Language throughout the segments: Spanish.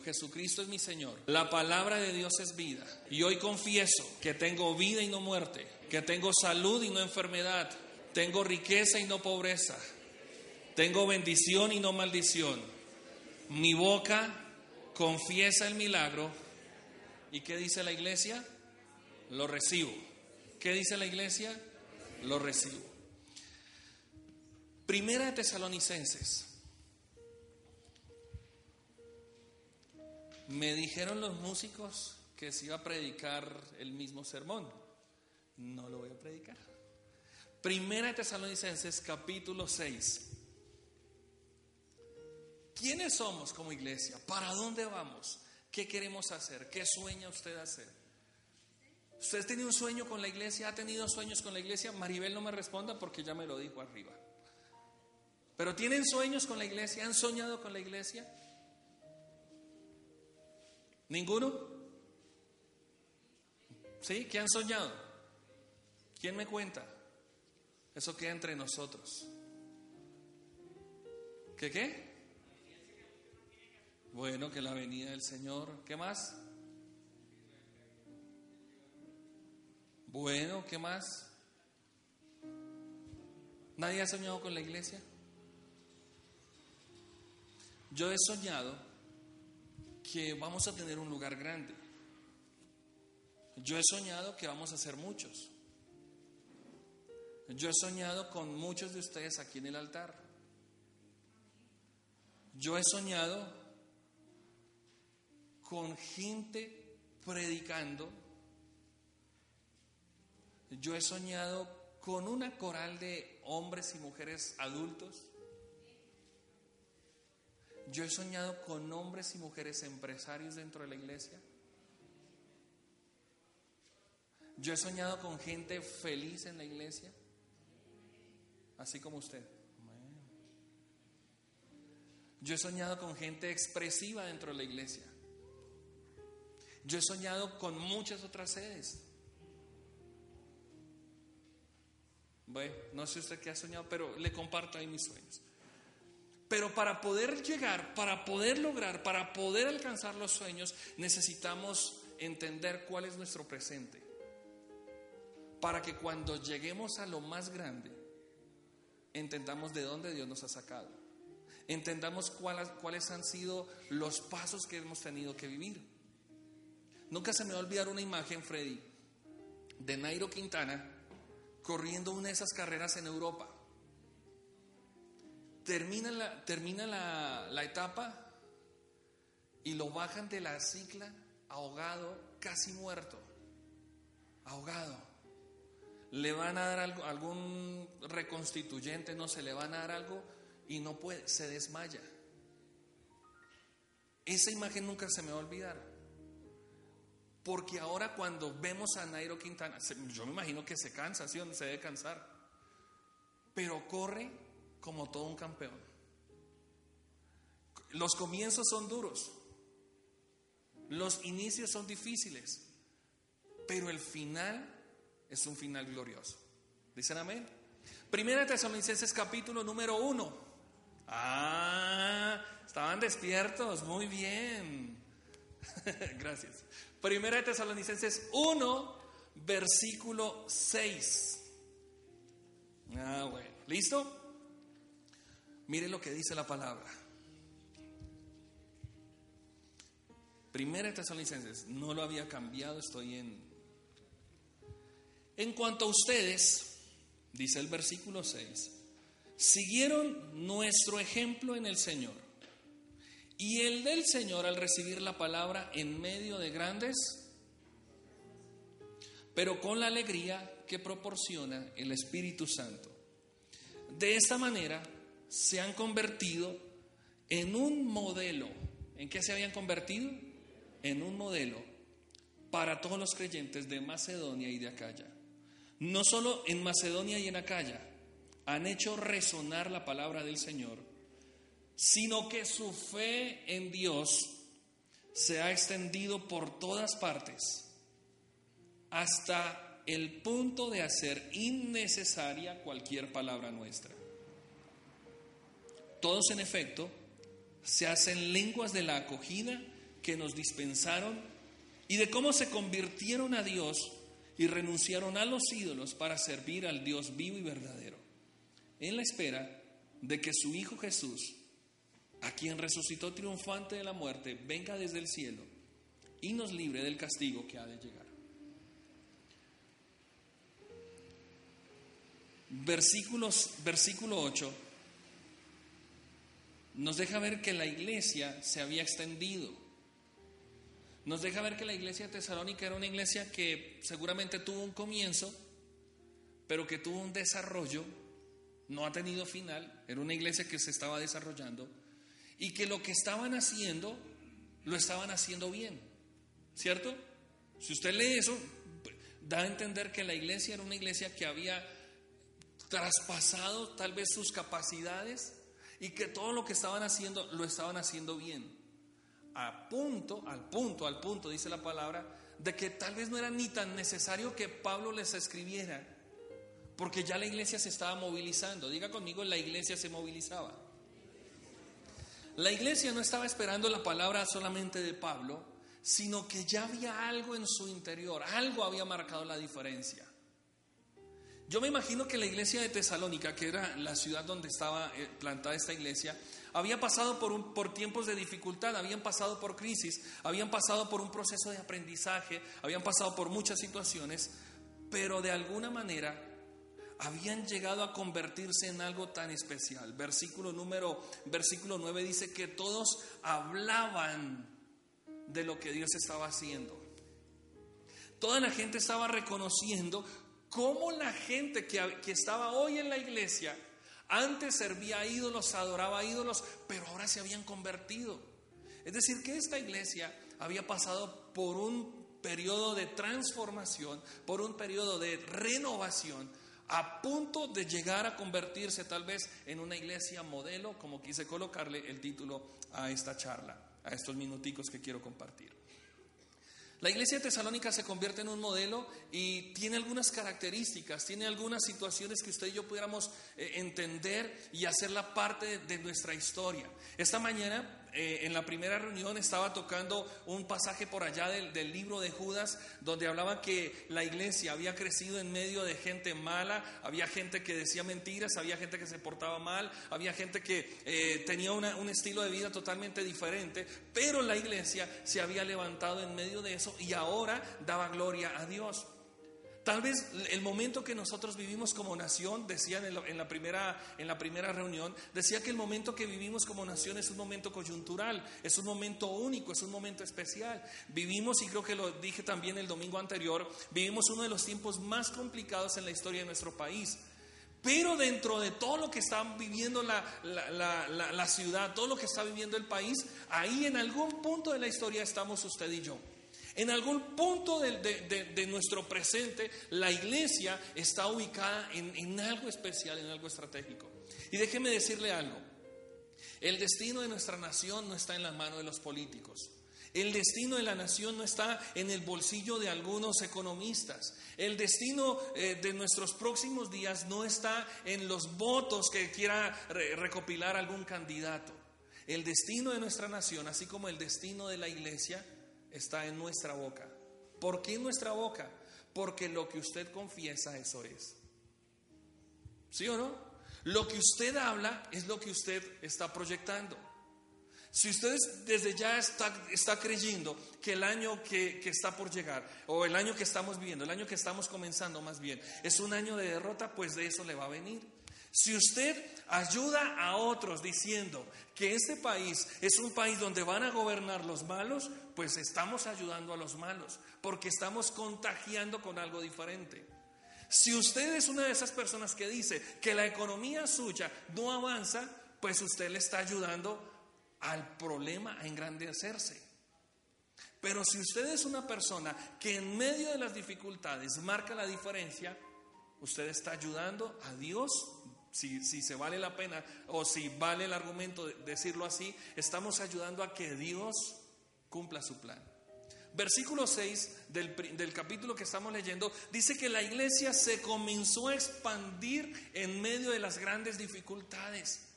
Jesucristo es mi Señor. La palabra de Dios es vida. Y hoy confieso que tengo vida y no muerte, que tengo salud y no enfermedad, tengo riqueza y no pobreza, tengo bendición y no maldición. Mi boca confiesa el milagro. ¿Y qué dice la iglesia? Lo recibo. ¿Qué dice la iglesia? Lo recibo. Primera de Tesalonicenses. Me dijeron los músicos que se iba a predicar el mismo sermón. No lo voy a predicar. Primera de Tesalonicenses capítulo 6. ¿Quiénes somos como iglesia? ¿Para dónde vamos? ¿Qué queremos hacer? ¿Qué sueña usted hacer? ¿Usted tiene un sueño con la iglesia? ¿Ha tenido sueños con la iglesia? Maribel no me responda porque ya me lo dijo arriba. ¿Pero tienen sueños con la iglesia? ¿Han soñado con la iglesia? ¿Ninguno? ¿Sí? ¿Qué han soñado? ¿Quién me cuenta? Eso queda entre nosotros. ¿Qué? Bueno, que la venida del Señor. ¿Qué más? Bueno, ¿qué más? ¿Nadie ha soñado con la iglesia? Yo he soñado que vamos a tener un lugar grande. Yo he soñado que vamos a ser muchos. Yo he soñado con muchos de ustedes aquí en el altar. Yo he soñado con gente predicando. Yo he soñado con una coral de hombres y mujeres adultos. Yo he soñado con hombres y mujeres empresarios dentro de la iglesia. Yo he soñado con gente feliz en la iglesia, así como usted. Yo he soñado con gente expresiva dentro de la iglesia. Yo he soñado con muchas otras sedes. Bueno, no sé usted qué ha soñado, pero le comparto ahí mis sueños. Pero para poder llegar, para poder lograr, para poder alcanzar los sueños, necesitamos entender cuál es nuestro presente. Para que cuando lleguemos a lo más grande, entendamos de dónde Dios nos ha sacado. Entendamos cuáles han sido los pasos que hemos tenido que vivir. Nunca se me va a olvidar una imagen, Freddy, de Nairo Quintana corriendo una de esas carreras en Europa. Termina la etapa y lo bajan de la cicla ahogado, casi muerto. Ahogado. Le van a dar algún reconstituyente, no sé, le van a dar algo y no puede, se desmaya. Esa imagen nunca se me va a olvidar. Porque ahora cuando vemos a Nairo Quintana, yo me imagino que se cansa, ¿sí? Donde se debe cansar. Pero corre como todo un campeón. Los comienzos son duros. Los inicios son difíciles. Pero el final es un final glorioso. ¿Dicen amén? Primera de Tesalonicenses capítulo número 1. Estaban despiertos, muy bien. Gracias. Primera de Tesalonicenses 1, versículo 6. Bueno, ¿listo? Mire lo que dice la palabra. Primera de Tesalonicenses, no lo había cambiado, estoy en cuanto a ustedes, dice el versículo 6, siguieron nuestro ejemplo en el Señor y el del Señor al recibir la palabra en medio de grandes, pero con la alegría que proporciona el Espíritu Santo. De esta manera se han convertido en un modelo. ¿En qué se habían convertido? En un modelo para todos los creyentes de Macedonia y de Acaya. No solo en Macedonia y en Acaya han hecho resonar la palabra del Señor, sino que su fe en Dios se ha extendido por todas partes hasta el punto de hacer innecesaria cualquier palabra nuestra. Todos, en efecto, se hacen lenguas de la acogida que nos dispensaron y de cómo se convirtieron a Dios y renunciaron a los ídolos para servir al Dios vivo y verdadero, en la espera de que su Hijo Jesús, a quien resucitó triunfante de la muerte, venga desde el cielo y nos libre del castigo que ha de llegar. Versículo 8 nos deja ver que la iglesia se había extendido. Nos deja ver que la iglesia de Tesalónica era una iglesia que seguramente tuvo un comienzo, pero que tuvo un desarrollo, no ha tenido final. Era una iglesia que se estaba desarrollando y que lo que estaban haciendo, lo estaban haciendo bien, ¿cierto? Si usted lee eso, da a entender que la iglesia era una iglesia que había traspasado tal vez sus capacidades y que todo lo que estaban haciendo, lo estaban haciendo bien. Al punto, dice la palabra, de que tal vez no era ni tan necesario que Pablo les escribiera, porque ya la iglesia se estaba movilizando. Diga conmigo, la iglesia se movilizaba. La iglesia no estaba esperando la palabra solamente de Pablo, sino que ya había algo en su interior, algo había marcado la diferencia. Yo me imagino que la iglesia de Tesalónica, que era la ciudad donde estaba plantada esta iglesia, había pasado por tiempos de dificultad, habían pasado por crisis, habían pasado por un proceso de aprendizaje, habían pasado por muchas situaciones, pero de alguna manera habían llegado a convertirse en algo tan especial. Versículo 9 dice que todos hablaban de lo que Dios estaba haciendo. Toda la gente estaba reconociendo cómo la gente que estaba hoy en la iglesia antes servía a ídolos, adoraba a ídolos, pero ahora se habían convertido. Es decir, que esta iglesia había pasado por un periodo de transformación, por un periodo de renovación, a punto de llegar a convertirse tal vez en una iglesia modelo, como quise colocarle el título a esta charla, a estos minuticos que quiero compartir. La iglesia de Tesalónica se convierte en un modelo y tiene algunas características, tiene algunas situaciones que usted y yo pudiéramos entender y hacerla parte de nuestra historia. Esta mañana en la primera reunión estaba tocando un pasaje por allá del libro de Judas, donde hablaba que la iglesia había crecido en medio de gente mala, había gente que decía mentiras, había gente que se portaba mal, había gente que tenía un estilo de vida totalmente diferente, pero la iglesia se había levantado en medio de eso y ahora daba gloria a Dios. Tal vez el momento que nosotros vivimos como nación, decían en la primera reunión, decía que el momento que vivimos como nación es un momento coyuntural, es un momento único, es un momento especial. Vivimos, y creo que lo dije también el domingo anterior, vivimos uno de los tiempos más complicados en la historia de nuestro país. Pero dentro de todo lo que está viviendo la ciudad, todo lo que está viviendo el país, ahí en algún punto de la historia estamos usted y yo. En algún punto de nuestro presente, la iglesia está ubicada en algo especial, en algo estratégico. Y déjeme decirle algo: el destino de nuestra nación no está en las manos de los políticos. El destino de la nación no está en el bolsillo de algunos economistas. El destino de nuestros próximos días no está en los votos que quiera recopilar algún candidato. El destino de nuestra nación, así como el destino de la iglesia, está en nuestra boca. ¿Por qué en nuestra boca? Porque lo que usted confiesa, eso es. ¿Sí o no? Lo que usted habla es lo que usted está proyectando. Si usted desde ya está creyendo que el año que está por llegar, o el año que estamos viviendo, el año que estamos comenzando más bien, es un año de derrota, pues de eso le va a venir. Si usted ayuda a otros diciendo que este país es un país donde van a gobernar los malos, pues estamos ayudando a los malos, porque estamos contagiando con algo diferente. Si usted es una de esas personas que dice que la economía suya no avanza, pues usted le está ayudando al problema a engrandecerse. Pero si usted es una persona que en medio de las dificultades marca la diferencia, usted está ayudando a Dios. Si se vale la pena o si vale el argumento de decirlo así, estamos ayudando a que Dios cumpla su plan. Versículo 6 del capítulo que estamos leyendo dice que la iglesia se comenzó a expandir en medio de las grandes dificultades.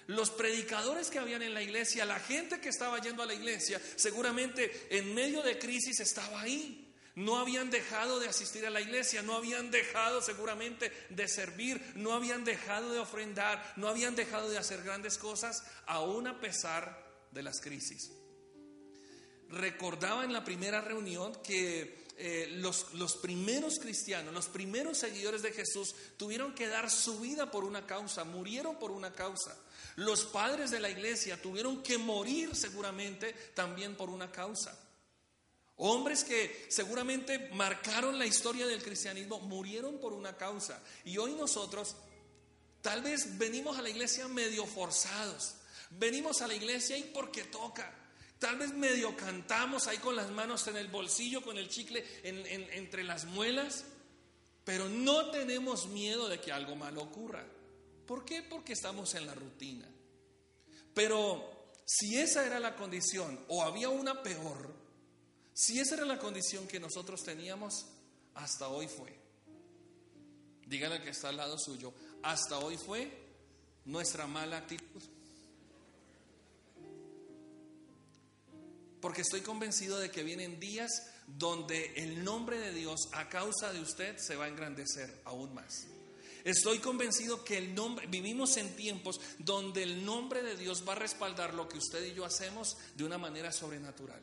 Los predicadores que habían en la iglesia, la gente que estaba yendo a la iglesia, seguramente en medio de crisis estaba ahí. No habían dejado de asistir a la iglesia, no habían dejado seguramente de servir, no habían dejado de ofrendar, no habían dejado de hacer grandes cosas, aún a pesar de las crisis. Recordaba en la primera reunión que los primeros cristianos, los primeros seguidores de Jesús tuvieron que dar su vida por una causa, murieron por una causa. Los padres de la iglesia tuvieron que morir seguramente también por una causa. Hombres que seguramente marcaron la historia del cristianismo murieron por una causa. Y hoy nosotros tal vez venimos a la iglesia medio forzados. Venimos a la iglesia y porque toca. Tal vez medio cantamos ahí con las manos en el bolsillo, con el chicle entre las muelas. Pero no tenemos miedo de que algo malo ocurra. ¿Por qué? Porque estamos en la rutina. Pero si esa era la condición o había una peor, si esa era la condición que nosotros teníamos, hasta hoy fue. Dígale al que está al lado suyo, hasta hoy fue nuestra mala actitud. Porque estoy convencido de que vienen días donde el nombre de Dios a causa de usted se va a engrandecer aún más. Estoy convencido que vivimos en tiempos donde el nombre de Dios va a respaldar lo que usted y yo hacemos de una manera sobrenatural.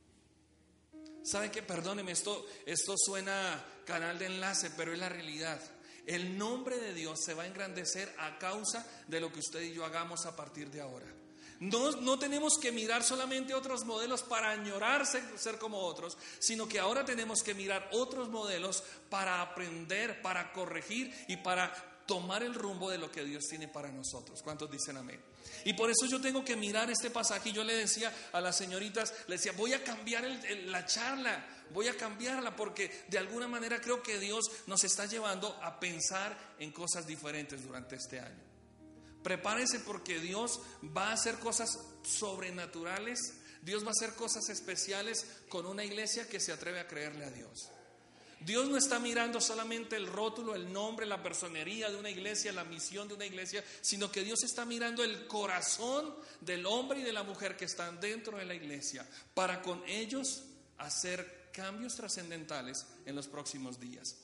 ¿Sabe qué? Perdóneme, esto suena canal de enlace, pero es la realidad. El nombre de Dios se va a engrandecer a causa de lo que usted y yo hagamos a partir de ahora. No tenemos que mirar solamente otros modelos para añorar ser como otros, sino que ahora tenemos que mirar otros modelos para aprender, para corregir y para tomar el rumbo de lo que Dios tiene para nosotros. ¿Cuántos dicen amén? Y por eso yo tengo que mirar este pasaje. Y yo le decía a las señoritas, le decía, voy a cambiar la charla, voy a cambiarla, porque de alguna manera creo que Dios nos está llevando a pensar en cosas diferentes durante este año. Prepárense, porque Dios va a hacer cosas sobrenaturales. Dios va a hacer cosas especiales con una iglesia que se atreve a creerle a Dios. Dios no está mirando solamente el rótulo, el nombre, la personería de una iglesia, la misión de una iglesia, sino que Dios está mirando el corazón del hombre y de la mujer que están dentro de la iglesia, para con ellos hacer cambios trascendentales en los próximos días.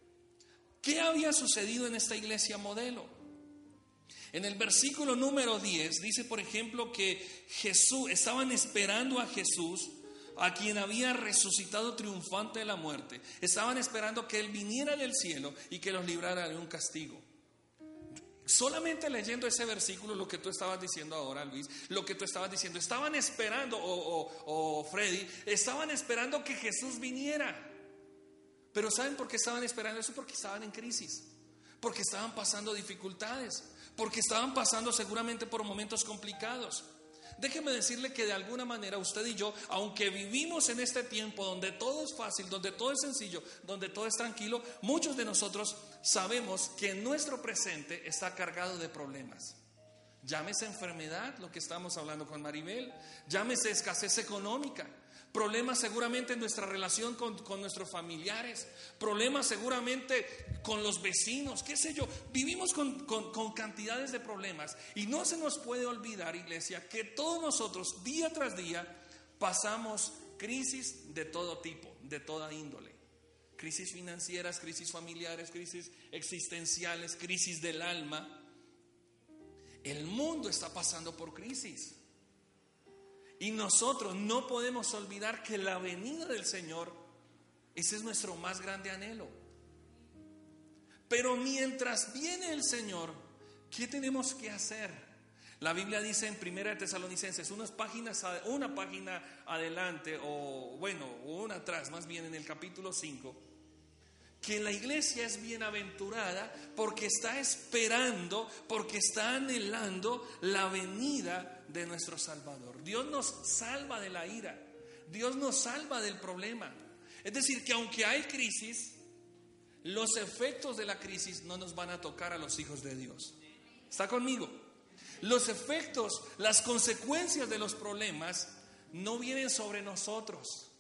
¿Qué había sucedido en esta iglesia modelo? En el versículo número 10 dice, por ejemplo, que estaban esperando a Jesús, a quien había resucitado triunfante de la muerte. Estaban esperando que Él viniera del cielo y que los librara de un castigo. Solamente leyendo ese versículo, lo que tú estabas diciendo ahora, Luis, lo que tú estabas diciendo, estaban esperando, Freddy, estaban esperando que Jesús viniera. Pero ¿saben por qué estaban esperando eso? Porque estaban en crisis, porque estaban pasando dificultades, porque estaban pasando seguramente por momentos complicados. Déjeme decirle que de alguna manera usted y yo, aunque vivimos en este tiempo donde todo es fácil, donde todo es sencillo, donde todo es tranquilo, muchos de nosotros sabemos que nuestro presente está cargado de problemas. Llámese enfermedad, lo que estamos hablando con Maribel, llámese escasez económica, problemas seguramente en nuestra relación con nuestros familiares, problemas seguramente con los vecinos, qué sé yo. Vivimos con cantidades de problemas, y no se nos puede olvidar, iglesia, que todos nosotros día tras día pasamos crisis de todo tipo, de toda índole. Crisis financieras, crisis familiares, crisis existenciales, crisis del alma. El mundo está pasando por crisis. Y nosotros no podemos olvidar que la venida del Señor, ese es nuestro más grande anhelo. Pero mientras viene el Señor, ¿qué tenemos que hacer? La Biblia dice en 1 Tesalonicenses, una página adelante, o una atrás, más bien en el capítulo 5, que la iglesia es bienaventurada porque está esperando, porque está anhelando la venida de nuestro Salvador. Dios nos salva de la ira, Dios nos salva del problema. Es decir, que aunque hay crisis, los efectos de la crisis no nos van a tocar a los hijos de Dios. ¿Está conmigo? Los efectos, las consecuencias de los problemas no vienen sobre nosotros.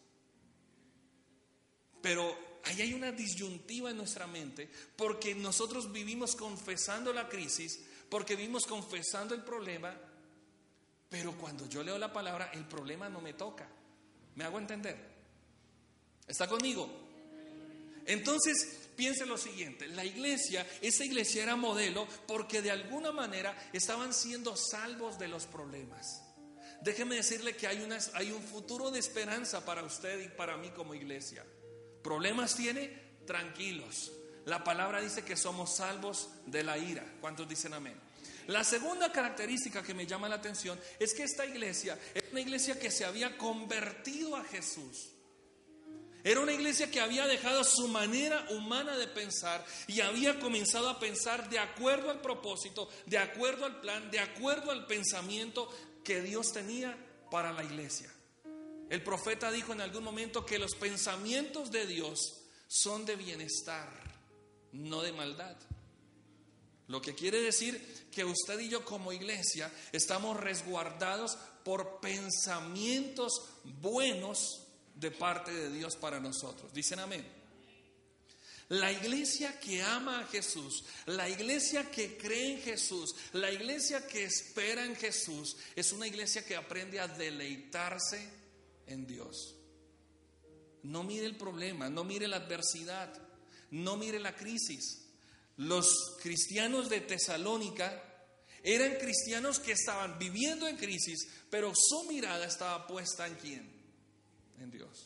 Pero ahí hay una disyuntiva en nuestra mente, porque nosotros vivimos confesando la crisis, porque vivimos confesando el problema, pero cuando yo leo la palabra, el problema no me toca. ¿Me hago entender? ¿Está conmigo? Entonces, piense lo siguiente, esa iglesia era modelo porque de alguna manera estaban siendo salvos de los problemas. Déjeme decirle que hay un futuro de esperanza para usted y para mí como iglesia. ¿Problemas tiene? Tranquilos. La palabra dice que somos salvos de la ira. ¿Cuántos dicen amén? La segunda característica que me llama la atención es que esta iglesia es una iglesia que se había convertido a Jesús. Era una iglesia que había dejado su manera humana de pensar y había comenzado a pensar de acuerdo al propósito, de acuerdo al plan, de acuerdo al pensamiento que Dios tenía para la iglesia. El profeta dijo en algún momento que los pensamientos de Dios son de bienestar, no de maldad. Lo que quiere decir que usted y yo como iglesia estamos resguardados por pensamientos buenos de parte de Dios para nosotros. Dicen amén. La iglesia que ama a Jesús, la iglesia que cree en Jesús, la iglesia que espera en Jesús, es una iglesia que aprende a deleitarse en Dios. No mire el problema, no mire la adversidad, no mire la crisis. Los cristianos de Tesalónica eran cristianos que estaban viviendo en crisis, pero su mirada estaba puesta ¿en quién? En Dios.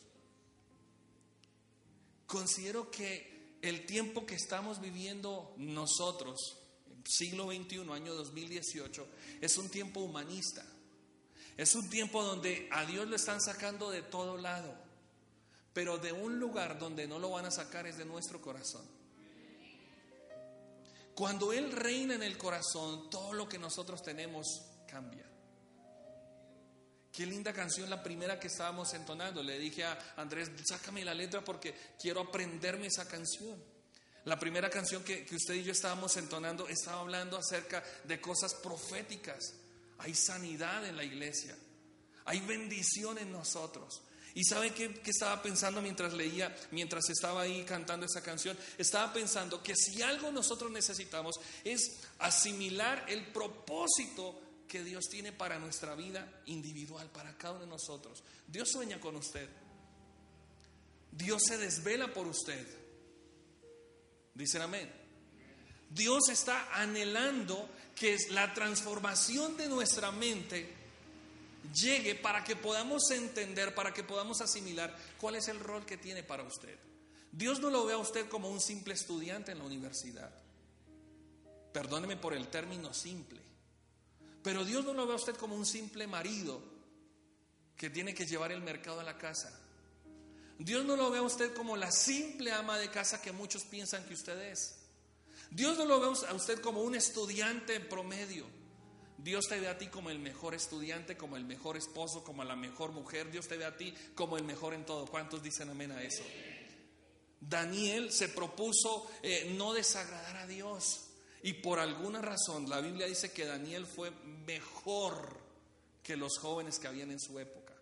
Considero que el tiempo que estamos viviendo nosotros, siglo XXI, año 2018, es un tiempo humanista. Es un tiempo donde a Dios lo están sacando de todo lado, pero de un lugar donde no lo van a sacar es de nuestro corazón. Cuando Él reina en el corazón, todo lo que nosotros tenemos cambia. Qué linda canción la primera que estábamos entonando. Le dije a Andrés, sácame la letra porque quiero aprenderme esa canción. La primera canción que usted y yo estábamos entonando estaba hablando acerca de cosas proféticas. Hay sanidad en la iglesia, hay bendición en nosotros. ¿Y sabe qué estaba pensando mientras estaba ahí cantando esa canción? Estaba pensando que si algo nosotros necesitamos es asimilar el propósito que Dios tiene para nuestra vida individual, para cada uno de nosotros. Dios sueña con usted. Dios se desvela por usted. Dicen amén. Dios está anhelando que la transformación de nuestra mente llegue para que podamos entender, para que podamos asimilar cuál es el rol que tiene para usted. Dios no lo ve a usted como un simple estudiante en la universidad. Perdóneme por el término simple. Pero Dios no lo ve a usted como un simple marido que tiene que llevar el mercado a la casa. Dios no lo ve a usted como la simple ama de casa que muchos piensan que usted es. Dios no lo ve a usted como un estudiante en promedio. Dios te ve a ti como el mejor estudiante, como el mejor esposo, como la mejor mujer. Dios te ve a ti como el mejor en todo. ¿Cuántos dicen amén a eso? Daniel se propuso no desagradar a Dios. Y por alguna razón la Biblia dice que Daniel fue mejor que los jóvenes que habían en su época.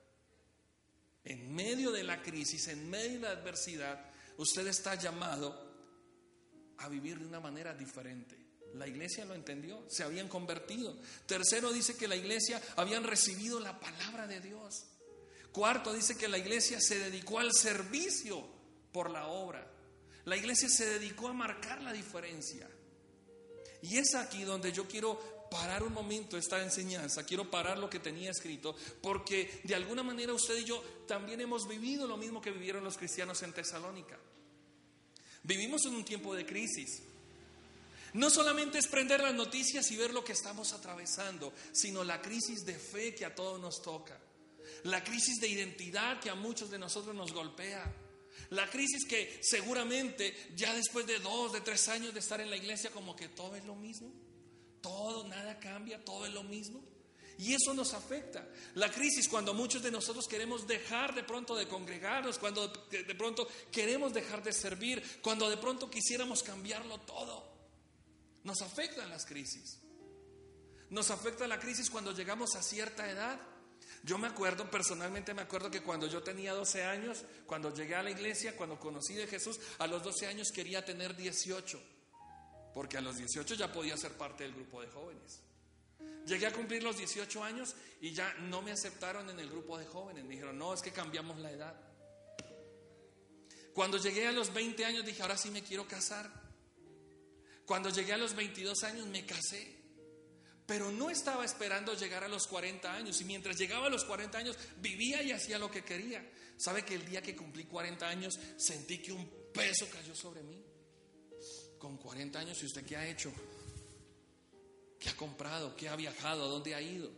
En medio de la crisis, en medio de la adversidad, usted está llamado a vivir de una manera diferente. La iglesia lo entendió, se habían convertido. Tercero, dice que la iglesia habían recibido la palabra de Dios. Cuarto, dice que la iglesia se dedicó al servicio por la obra. La iglesia se dedicó a marcar la diferencia. Y es aquí donde yo quiero parar un momento esta enseñanza, quiero parar lo que tenía escrito, porque de alguna manera usted y yo también hemos vivido lo mismo que vivieron los cristianos en Tesalónica. Vivimos en un tiempo de crisis. No solamente es prender las noticias y ver lo que estamos atravesando, sino la crisis de fe que a todos nos toca, la crisis de identidad que a muchos de nosotros nos golpea. La crisis que seguramente ya después de 2, de 3 años de estar en la iglesia, como que todo es lo mismo, todo, nada cambia, todo es lo mismo. Y eso nos afecta. La crisis cuando muchos de nosotros queremos dejar de pronto de congregarnos, cuando de pronto queremos dejar de servir, cuando de pronto quisiéramos cambiarlo todo. Nos afectan las crisis. Nos afecta la crisis cuando llegamos a cierta edad. Yo personalmente me acuerdo que cuando yo tenía 12 años, cuando llegué a la iglesia, cuando conocí de Jesús, a los 12 años quería tener 18. porque a los 18 ya podía ser parte del grupo de jóvenes. Llegué a cumplir los 18 años y ya no me aceptaron en el grupo de jóvenes. Me dijeron, no, es que cambiamos la edad. Cuando llegué a los 20 años dije, ahora sí me quiero casar. Cuando llegué a los 22 años me casé. Pero no estaba esperando llegar a los 40 años. Y mientras llegaba a los 40 años vivía y hacía lo que quería. ¿Sabe que el día que cumplí 40 años sentí que un peso cayó sobre mí? Con 40 años, ¿y usted qué ha hecho? ¿Qué ha comprado? ¿Qué ha viajado? ¿A dónde ha ido?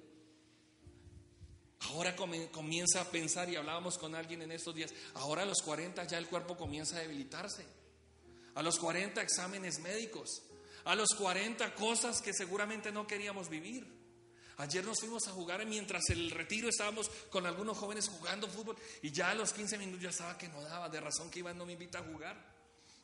Ahora comienza a pensar, y hablábamos con alguien en estos días, ahora a los 40 ya el cuerpo comienza a debilitarse. A los 40 exámenes médicos. A los 40 cosas que seguramente no queríamos vivir. Ayer nos fuimos a jugar, mientras el retiro estábamos con algunos jóvenes jugando fútbol, y ya a los 15 minutos ya estaba que no daba, de razón que Iván no me invita a jugar.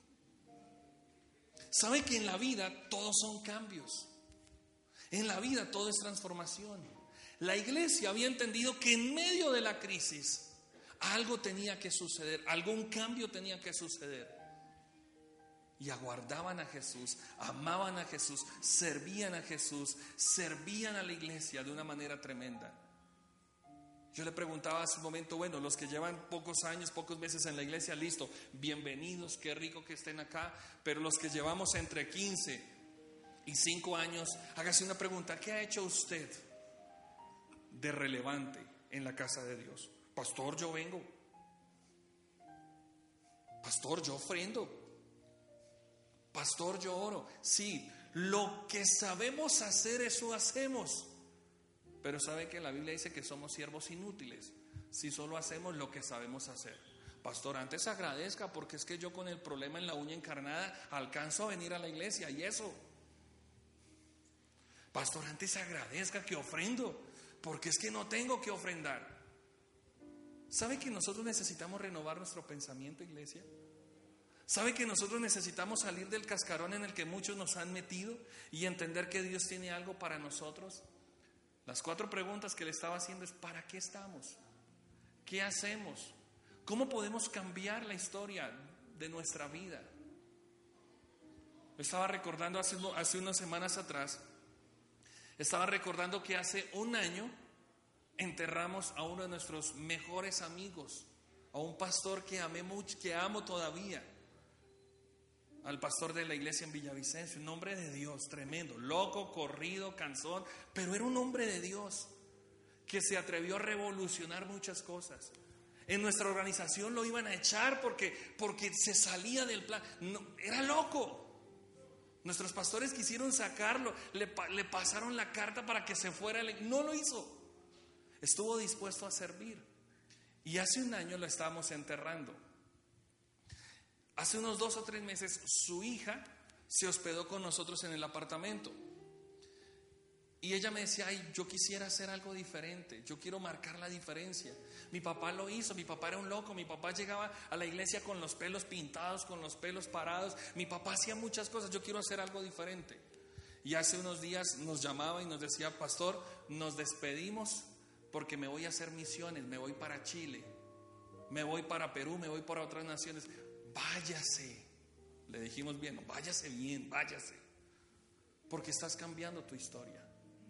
¿Sabe que en la vida todos son cambios? En la vida todo es transformación. La iglesia había entendido que en medio de la crisis algo tenía que suceder, algún cambio tenía que suceder. Y aguardaban a Jesús, amaban a Jesús, servían a Jesús, servían a la iglesia de una manera tremenda. Yo le preguntaba hace un momento, bueno, los que llevan pocos años, pocos meses en la iglesia, listo, bienvenidos, qué rico que estén acá. Pero los que llevamos entre 15 y 5 años, hágase una pregunta, ¿qué ha hecho usted de relevante en la casa de Dios? Pastor, yo vengo. Pastor, yo ofrendo. Pastor, yo oro. Sí, lo que sabemos hacer, eso hacemos. Pero sabe que la Biblia dice que somos siervos inútiles si solo hacemos lo que sabemos hacer. Pastor, antes agradezca, porque es que yo con el problema en la uña encarnada alcanzo a venir a la iglesia y eso. Pastor, antes agradezca que ofrendo, porque es que no tengo que ofrendar. ¿Sabe que nosotros necesitamos renovar nuestro pensamiento, iglesia? ¿Sabe que nosotros necesitamos salir del cascarón en el que muchos nos han metido y entender que Dios tiene algo para nosotros? Las 4 preguntas que le estaba haciendo es: ¿para qué estamos? ¿Qué hacemos? ¿Cómo podemos cambiar la historia de nuestra vida? Estaba recordando hace unas semanas atrás, estaba recordando que hace un año enterramos a uno de nuestros mejores amigos, a un pastor que amé mucho, que amo todavía, al pastor de la iglesia en Villavicencio, un hombre de Dios tremendo, loco, corrido, cansón, pero era un hombre de Dios que se atrevió a revolucionar muchas cosas. En nuestra organización lo iban a echar porque se salía del plan, no, era loco. Nuestros pastores quisieron sacarlo, le pasaron la carta para que se fuera, no lo hizo. Estuvo dispuesto a servir. Y hace un año lo estábamos enterrando. Hace unos 2 o 3 meses su hija se hospedó con nosotros en el apartamento. Y ella me decía: ay, yo quisiera hacer algo diferente, yo quiero marcar la diferencia. Mi papá lo hizo, mi papá era un loco, mi papá llegaba a la iglesia con los pelos pintados, con los pelos parados. Mi papá hacía muchas cosas, yo quiero hacer algo diferente. Y hace unos días nos llamaba y nos decía: pastor, nos despedimos porque me voy a hacer misiones, me voy para Chile, me voy para Perú, me voy para otras naciones. Váyase. Le dijimos: bien, váyase bien, váyase, porque estás cambiando tu historia.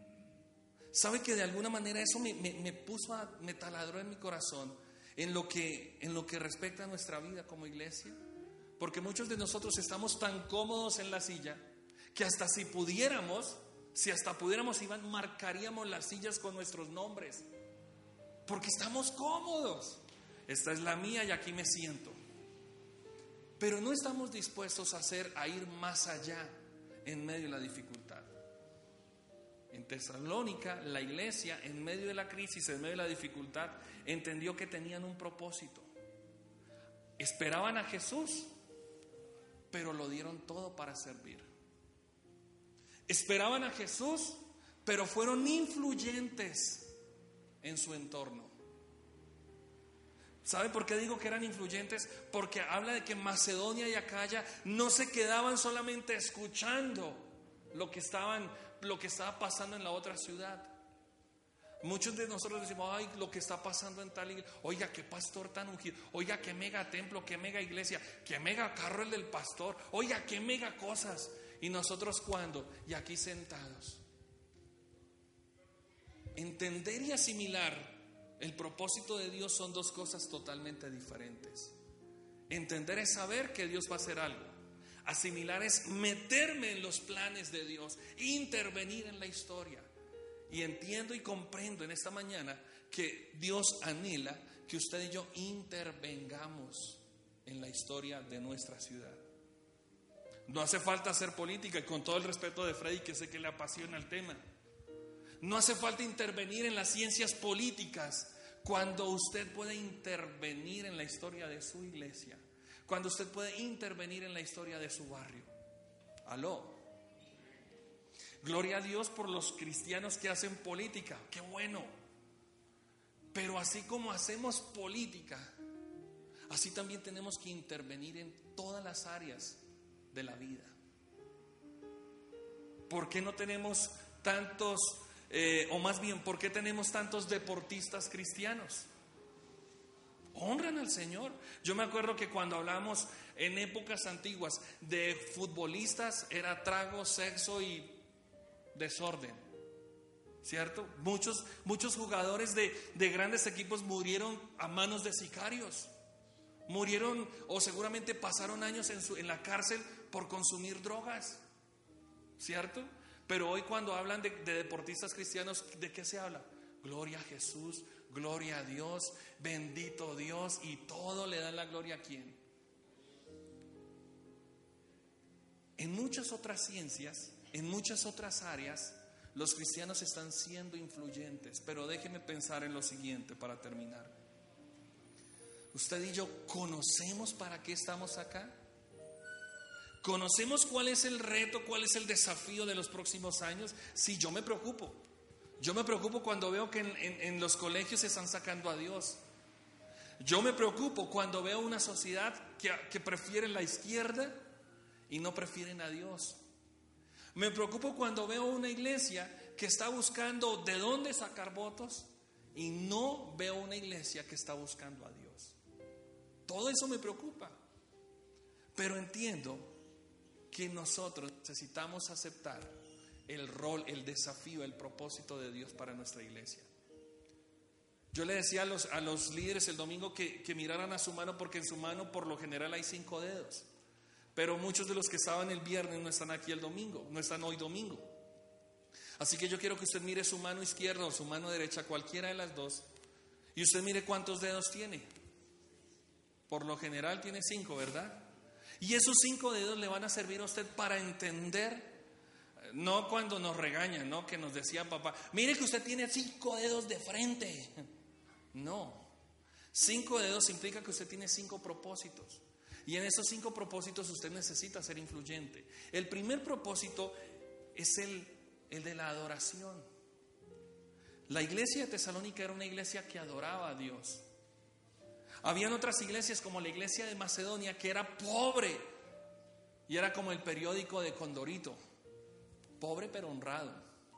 ¿Sabe que de alguna manera eso me taladró en mi corazón en lo que respecta a nuestra vida como iglesia? Porque muchos de nosotros estamos tan cómodos en la silla que hasta si pudiéramos, Iván, marcaríamos las sillas con nuestros nombres, porque estamos cómodos. Esta es la mía y aquí me siento. Pero no estamos dispuestos a ir más allá en medio de la dificultad. En Tesalónica, la iglesia, en medio de la crisis, en medio de la dificultad, entendió que tenían un propósito. Esperaban a Jesús, pero lo dieron todo para servir. Esperaban a Jesús, pero fueron influyentes en su entorno. ¿Sabe por qué digo que eran influyentes? Porque habla de que Macedonia y Acaya no se quedaban solamente escuchando lo que estaba pasando en la otra ciudad. Muchos de nosotros decimos: ay, lo que está pasando en tal iglesia, oiga, qué pastor tan ungido, oiga, qué mega templo, qué mega iglesia, qué mega carro el del pastor, oiga, qué mega cosas. ¿Y nosotros cuándo? Y aquí sentados. Entender y asimilar el propósito de Dios son dos cosas totalmente diferentes. Entender es saber que Dios va a hacer algo. Asimilar es meterme en los planes de Dios, intervenir en la historia. Y entiendo y comprendo en esta mañana que Dios anhela que usted y yo intervengamos en la historia de nuestra ciudad. No hace falta hacer política, y con todo el respeto de Freddy, que sé que le apasiona el tema. No hace falta intervenir en las ciencias políticas cuando usted puede intervenir en la historia de su iglesia, cuando usted puede intervenir en la historia de su barrio. Aló. Gloria a Dios por los cristianos que hacen política, qué bueno. Pero así como hacemos política, así también tenemos que intervenir en todas las áreas de la vida. ¿Por qué no tenemos tantos, o más bien, por qué tenemos tantos deportistas cristianos? Honran al Señor. Yo me acuerdo que cuando hablamos en épocas antiguas de futbolistas, era trago, sexo y desorden, ¿cierto? Muchos jugadores de grandes equipos murieron a manos de sicarios. Murieron o seguramente pasaron años en la cárcel por consumir drogas, ¿cierto? Pero hoy cuando hablan de deportistas cristianos, ¿de qué se habla? Gloria a Jesús, gloria a Dios, bendito Dios, y todo le da la gloria a ¿quién? En muchas otras ciencias, en muchas otras áreas, los cristianos están siendo influyentes. Pero déjeme pensar en lo siguiente para terminar. Usted y yo conocemos para qué estamos acá. ¿Conocemos cuál es el reto, cuál es el desafío de los próximos años? Sí, yo me preocupo. Yo me preocupo cuando veo que en los colegios se están sacando a Dios. Yo me preocupo cuando veo una sociedad que prefiere la izquierda y no prefieren a Dios. Me preocupo cuando veo una iglesia que está buscando de dónde sacar votos y no veo una iglesia que está buscando a Dios. Todo eso me preocupa. Pero entiendo que nosotros necesitamos aceptar el rol, el desafío, el propósito de Dios para nuestra iglesia. Yo le decía a los líderes el domingo que miraran a su mano, porque en su mano por lo general hay 5 dedos. Pero muchos de los que estaban el viernes no están aquí el domingo, no están hoy domingo. Así que yo quiero que usted mire su mano izquierda o su mano derecha, cualquiera de las dos, y usted mire cuántos dedos tiene. Por lo general tiene 5, ¿verdad? Y esos 5 dedos le van a servir a usted para entender, no cuando nos regañan, ¿no? Que nos decía papá, mire que usted tiene 5 dedos de frente. No, 5 dedos implica que usted tiene 5 propósitos. Y en esos 5 propósitos usted necesita ser influyente. El primer propósito es el de la adoración. La iglesia de Tesalónica era una iglesia que adoraba a Dios. Habían otras iglesias como la iglesia de Macedonia que era pobre y era como el periódico de Condorito, pobre pero honrado.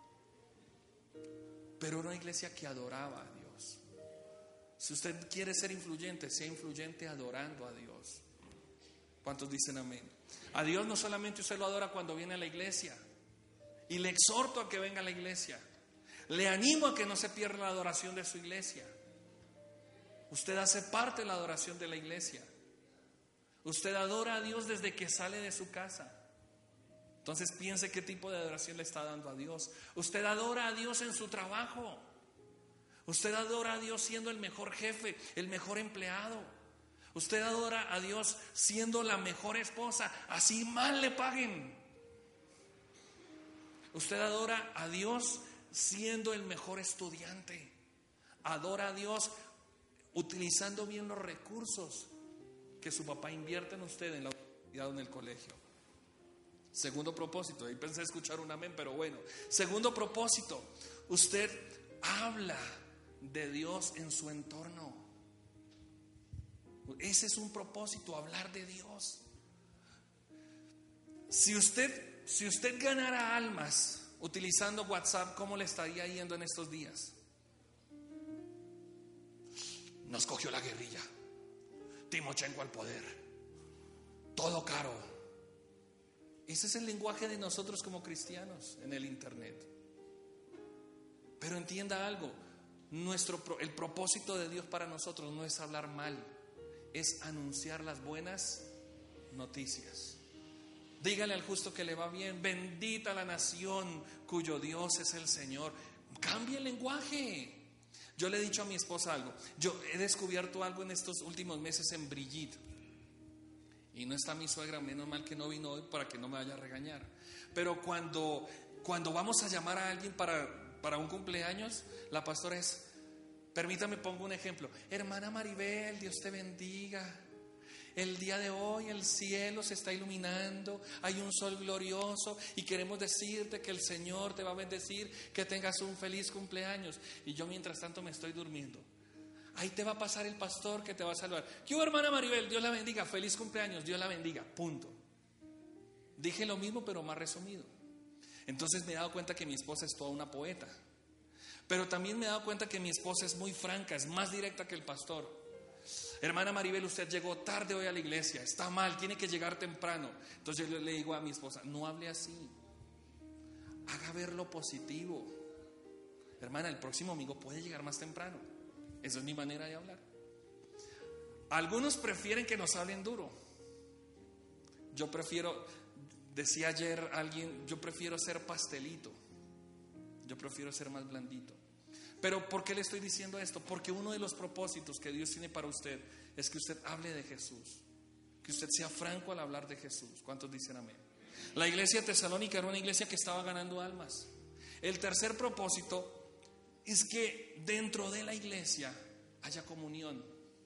Pero era una iglesia que adoraba a Dios. Si usted quiere ser influyente, sea influyente adorando a Dios. ¿Cuántos dicen amén? A Dios no solamente usted lo adora cuando viene a la iglesia, y le exhorto a que venga a la iglesia, le animo a que no se pierda la adoración de su iglesia. Usted hace parte de la adoración de la iglesia. Usted adora a Dios desde que sale de su casa. Entonces piense qué tipo de adoración le está dando a Dios. Usted adora a Dios en su trabajo. Usted adora a Dios siendo el mejor jefe, el mejor empleado. Usted adora a Dios siendo la mejor esposa, así mal le paguen. Usted adora a Dios siendo el mejor estudiante. Adora a Dios utilizando bien los recursos que su papá invierte en usted en la universidad o en el colegio. Segundo propósito, ahí pensé escuchar un amén, pero bueno. Segundo propósito, usted habla de Dios en su entorno. Ese es un propósito, hablar de Dios. Si usted ganara almas utilizando WhatsApp, ¿cómo le estaría yendo en estos días? Nos cogió la guerrilla, Timochenko al poder, todo caro. Ese es el lenguaje de nosotros como cristianos en el internet. Pero entienda algo, el propósito de Dios para nosotros no es hablar mal, es anunciar las buenas noticias. Dígale al justo que le va bien, bendita la nación cuyo Dios es el Señor. Cambie el lenguaje. Yo le he dicho a mi esposa algo. Yo he descubierto algo en estos últimos meses en Brigitte. Y no está mi suegra, menos mal que no vino hoy para que no me vaya a regañar. Pero cuando vamos a llamar a alguien para un cumpleaños, la pastora es, permítame, pongo un ejemplo. Hermana Maribel, Dios te bendiga. El día de hoy el cielo se está iluminando, hay un sol glorioso y queremos decirte que el Señor te va a bendecir, que tengas un feliz cumpleaños. Y yo mientras tanto me estoy durmiendo. Ahí te va a pasar el pastor que te va a saludar. ¿Qué hubo, hermana Maribel? Dios la bendiga, feliz cumpleaños, Dios la bendiga, punto. Dije lo mismo pero más resumido. Entonces me he dado cuenta que mi esposa es toda una poeta. Pero también me he dado cuenta que mi esposa es muy franca, es más directa que el pastor. Hermana Maribel, usted llegó tarde hoy a la iglesia, está mal, tiene que llegar temprano. Entonces yo le digo a mi esposa, no hable así, haga ver lo positivo. Hermana, el próximo domingo puede llegar más temprano. Esa es mi manera de hablar. Algunos prefieren que nos hablen duro. Yo prefiero, decía ayer alguien, yo prefiero ser pastelito, yo prefiero ser más blandito. Pero ¿por qué le estoy diciendo esto? Porque uno de los propósitos que Dios tiene para usted es que usted hable de Jesús, que usted sea franco al hablar de Jesús. ¿Cuántos dicen amén? La iglesia de Tesalónica era una iglesia que estaba ganando almas. El tercer propósito es que dentro de la iglesia haya comunión,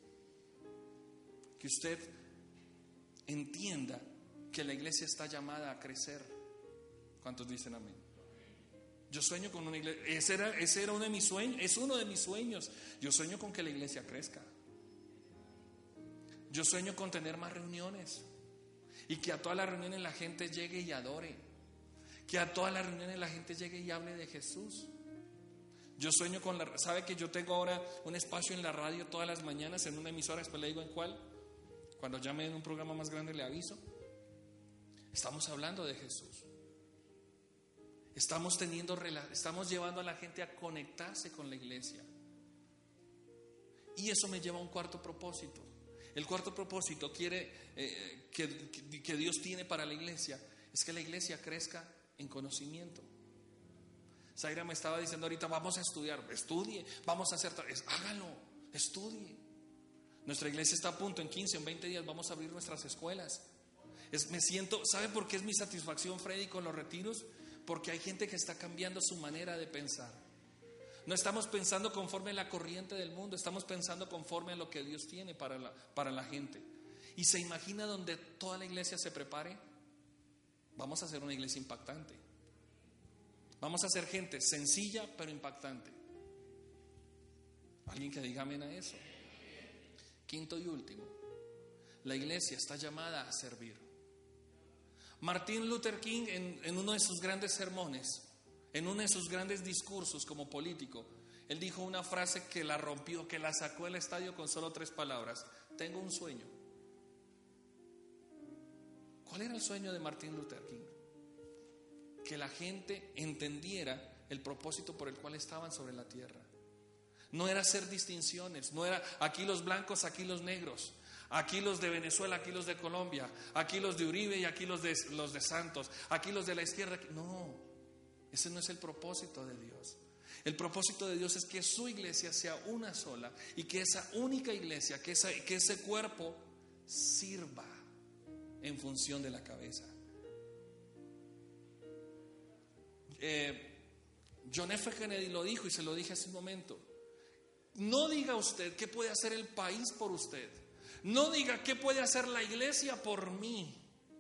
que usted entienda que la iglesia está llamada a crecer. ¿Cuántos dicen amén? Yo sueño con una iglesia, ese era uno de mis sueños, es uno de mis sueños. Yo sueño con que la iglesia crezca. Yo sueño con tener más reuniones y que a todas las reuniones la gente llegue y adore, que a todas las reuniones la gente llegue y hable de Jesús. Yo sueño con ¿sabe que yo tengo ahora un espacio en la radio todas las mañanas en una emisora? Después le digo en cuál. Cuando llame en un programa más grande le aviso. Estamos hablando de Jesús. Estamos llevando a la gente a conectarse con la iglesia. Y eso me lleva a un cuarto propósito. El cuarto propósito que Dios tiene para la iglesia es que la iglesia crezca en conocimiento. Zaira me estaba diciendo ahorita, vamos a estudiar, estudie, vamos a hacer, hágalo, estudie. Nuestra iglesia está a punto, en 15, en 20 días vamos a abrir nuestras escuelas. ¿Sabe por qué es mi satisfacción, Freddy, con los retiros? Porque hay gente que está cambiando su manera de pensar. No estamos pensando conforme a la corriente del mundo, estamos pensando conforme a lo que Dios tiene para la gente. ¿Y se imagina donde toda la iglesia se prepare? Vamos a hacer una iglesia impactante. Vamos a ser gente sencilla pero impactante. Alguien que diga amén a eso. Quinto y último, la iglesia está llamada a servir. Martin Luther King en uno de sus grandes sermones, en uno de sus grandes discursos como político, él dijo una frase que la rompió, que la sacó del estadio con solo 3 palabras: tengo un sueño. ¿Cuál era el sueño de Martin Luther King? Que la gente entendiera el propósito por el cual estaban sobre la tierra. No era hacer distinciones, no era aquí los blancos, aquí los negros, aquí los de Venezuela, aquí los de Colombia, aquí los de Uribe y aquí los de Santos, aquí los de la izquierda. No, ese no es el propósito de Dios. El propósito de Dios es que su iglesia sea una sola y que esa única iglesia, que ese cuerpo sirva en función de la cabeza. John F. Kennedy lo dijo y se lo dije hace un momento. No diga usted qué puede hacer el país por usted. No diga qué puede hacer la iglesia por mí.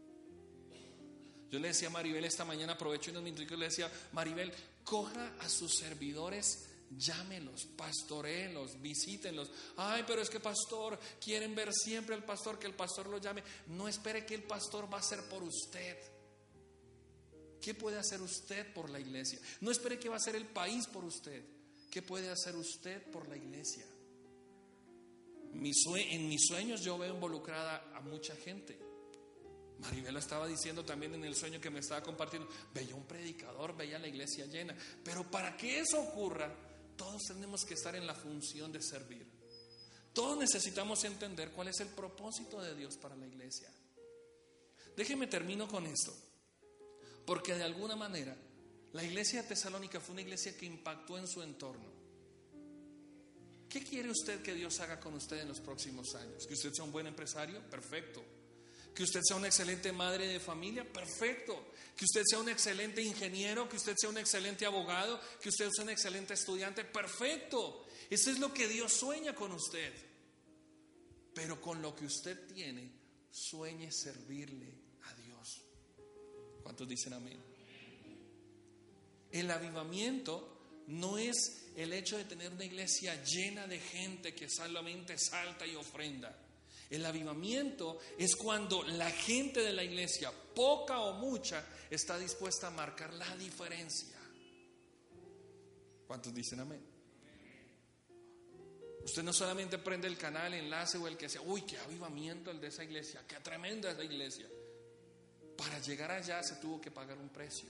Yo le decía a Maribel esta mañana, aprovecho unos minutos y le decía: Maribel, coja a sus servidores, llámelos, pastoréelos, visítenlos. Ay, pero es que pastor, quieren ver siempre al pastor, que el pastor lo llame. No espere que el pastor va a hacer por usted. ¿Qué puede hacer usted por la iglesia? No espere que va a hacer el país por usted. ¿Qué puede hacer usted por la iglesia? En mis sueños yo veo involucrada a mucha gente. Maribel lo estaba diciendo también en el sueño que me estaba compartiendo. Veía un predicador, veía la iglesia llena. Pero para que eso ocurra, todos tenemos que estar en la función de servir. Todos necesitamos entender cuál es el propósito de Dios para la iglesia. Déjeme termino con esto. Porque de alguna manera la iglesia de Tesalónica fue una iglesia que impactó en su entorno. ¿Qué quiere usted que Dios haga con usted en los próximos años? ¿Que usted sea un buen empresario? Perfecto. ¿Que usted sea una excelente madre de familia? Perfecto. ¿Que usted sea un excelente ingeniero? ¿Que usted sea un excelente abogado? ¿Que usted sea un excelente estudiante? Perfecto. Eso es lo que Dios sueña con usted. Pero con lo que usted tiene, sueñe servirle a Dios. ¿Cuántos dicen amén? El avivamiento no es el hecho de tener una iglesia llena de gente que solamente salta y ofrenda. El avivamiento es cuando la gente de la iglesia, poca o mucha, está dispuesta a marcar la diferencia. ¿Cuántos dicen amén? Usted no solamente prende el canal, enlace o el que sea, uy, qué avivamiento el de esa iglesia, qué tremenda es la iglesia. Para llegar allá se tuvo que pagar un precio.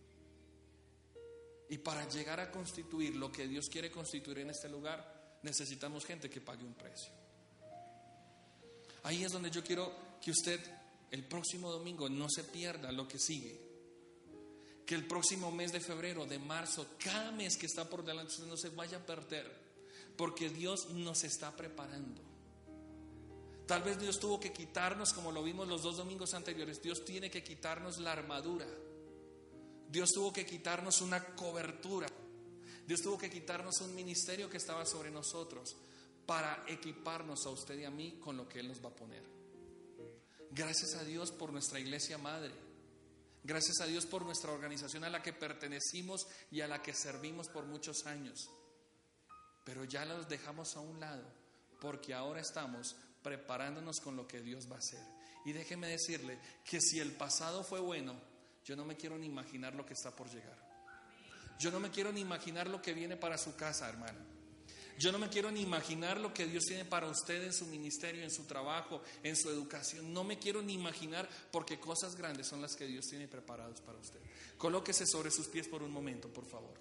Y para llegar a constituir lo que Dios quiere constituir en este lugar, necesitamos gente que pague un precio. Ahí es donde yo quiero que usted el próximo domingo no se pierda lo que sigue. Que el próximo mes de febrero, de marzo, cada mes que está por delante, usted no se vaya a perder. Porque Dios nos está preparando. Tal vez Dios tuvo que quitarnos, como lo vimos los 2 domingos anteriores, Dios tiene que quitarnos la armadura. Dios tuvo que quitarnos una cobertura. Dios tuvo que quitarnos un ministerio que estaba sobre nosotros para equiparnos a usted y a mí con lo que Él nos va a poner. Gracias a Dios por nuestra iglesia madre. Gracias a Dios por nuestra organización a la que pertenecimos y a la que servimos por muchos años. Pero ya los dejamos a un lado porque ahora estamos preparándonos con lo que Dios va a hacer. Y déjeme decirle que si el pasado fue bueno, yo no me quiero ni imaginar lo que está por llegar. Yo no me quiero ni imaginar lo que viene para su casa, hermano. Yo no me quiero ni imaginar lo que Dios tiene para usted en su ministerio, en su trabajo, en su educación. No me quiero ni imaginar, porque cosas grandes son las que Dios tiene preparadas para usted. Colóquese sobre sus pies por un momento, por favor.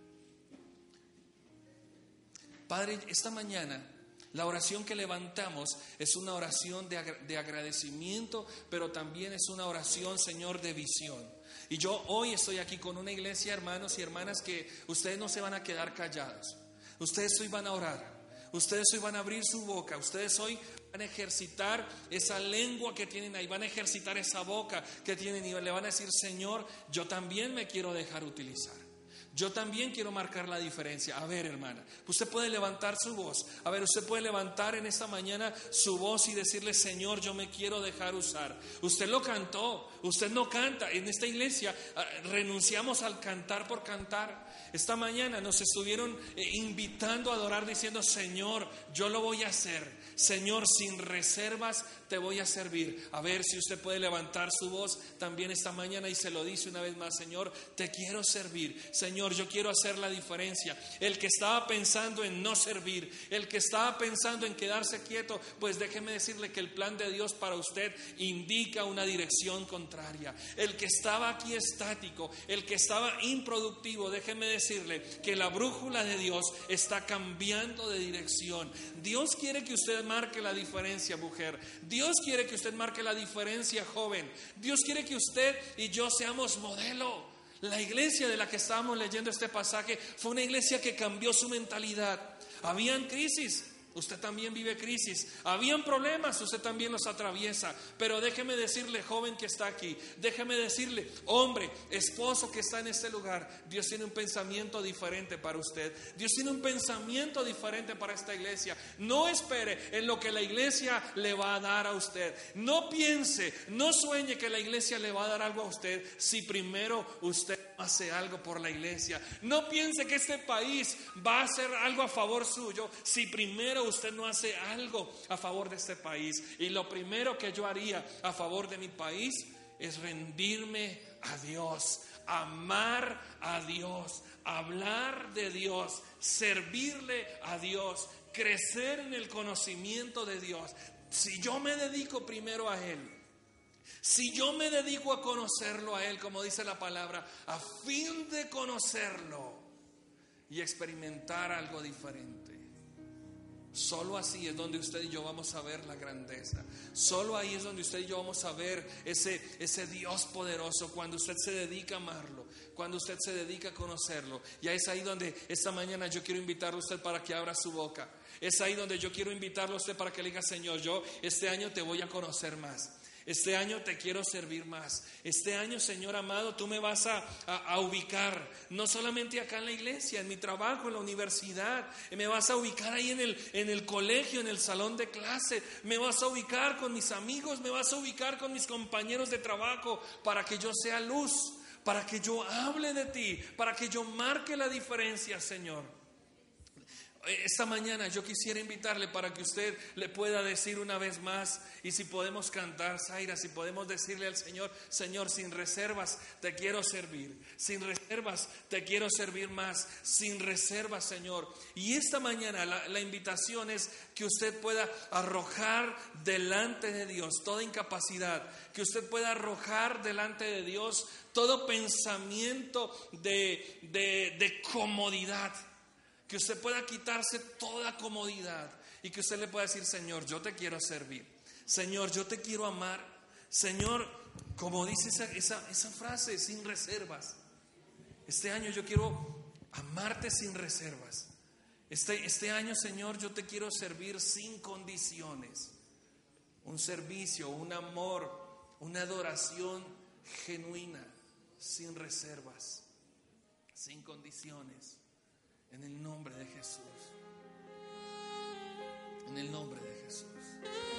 Padre, esta mañana la oración que levantamos es una oración de agradecimiento, pero también es una oración, Señor, de visión. Y yo hoy estoy aquí con una iglesia, hermanos y hermanas, que ustedes no se van a quedar callados. Ustedes hoy van a orar. Ustedes hoy van a abrir su boca. Ustedes hoy van a ejercitar esa lengua que tienen ahí. Van a ejercitar esa boca que tienen y le van a decir: Señor, yo también me quiero dejar utilizar. Yo también quiero marcar la diferencia. A ver, hermana, usted puede levantar su voz. A ver, usted puede levantar en esta mañana su voz y decirle: Señor, yo me quiero dejar usar. Usted lo cantó, usted no canta. En esta iglesia renunciamos al cantar por cantar. Esta mañana nos estuvieron invitando a adorar diciendo: Señor, yo lo voy a hacer. Señor, sin reservas te voy a servir. A ver si usted puede levantar su voz también esta mañana y se lo dice una vez más: Señor, te quiero servir. Señor, yo quiero hacer la diferencia. El que estaba pensando en no servir, el que estaba pensando en quedarse quieto, pues déjeme decirle que el plan de Dios para usted indica una dirección contraria. El que estaba aquí estático, el que estaba improductivo, déjeme decirle que la brújula de Dios está cambiando de dirección. Dios quiere que usted marque la diferencia, mujer. Dios quiere que usted marque la diferencia, joven. Dios quiere que usted y yo seamos modelo. La iglesia de la que estábamos leyendo este pasaje fue una iglesia que cambió su mentalidad. Habían crisis, usted también vive crisis. Habían problemas, usted también los atraviesa. Pero déjeme decirle, joven que está aquí, déjeme decirle, hombre, esposo que está en este lugar, Dios tiene un pensamiento diferente para usted. Dios tiene un pensamiento diferente para esta iglesia. No espere en lo que la iglesia le va a dar a usted. No piense, no sueñe que la iglesia le va a dar algo a usted si primero usted hace algo por la iglesia. No piense que este país va a hacer algo a favor suyo si primero usted no hace algo a favor de este país. Y lo primero que yo haría a favor de mi país es rendirme a Dios, amar a Dios, hablar de Dios, servirle a Dios, crecer en el conocimiento de Dios. Si yo me dedico primero a Él, Si yo me dedico a conocerlo a Él, como dice la palabra, a fin de conocerlo y experimentar algo diferente, solo así es donde usted y yo vamos a ver la grandeza. Solo ahí es donde usted y yo vamos a ver ese Dios poderoso, cuando usted se dedica a amarlo, cuando usted se dedica a conocerlo. Y es ahí donde esta mañana yo quiero invitarlo a usted para que abra su boca. Es ahí donde yo quiero invitarlo a usted para que le diga: Señor, yo este año te voy a conocer más. Este año te quiero servir más. Este año, Señor amado, tú me vas a ubicar, no solamente acá en la iglesia, en mi trabajo, en la universidad. Me vas a ubicar ahí en el colegio, en el salón de clase. Me vas a ubicar con mis amigos, me vas a ubicar con mis compañeros de trabajo, para que yo sea luz, para que yo hable de ti, para que yo marque la diferencia, Señor. Esta mañana yo quisiera invitarle para que usted le pueda decir una vez más, y si podemos cantar, Zaira, si podemos decirle al Señor: Señor, sin reservas te quiero servir, sin reservas te quiero servir más, sin reservas, Señor. Y esta mañana la invitación es que usted pueda arrojar delante de Dios toda incapacidad, que usted pueda arrojar delante de Dios todo pensamiento de comodidad, que usted pueda quitarse toda comodidad y que usted le pueda decir: Señor, yo te quiero servir. Señor, yo te quiero amar. Señor, como dice esa frase, sin reservas. Este año yo quiero amarte sin reservas. Este año, Señor, yo te quiero servir sin condiciones. Un servicio, un amor, una adoración genuina, sin reservas, sin condiciones. En el nombre de Jesús. En el nombre de Jesús.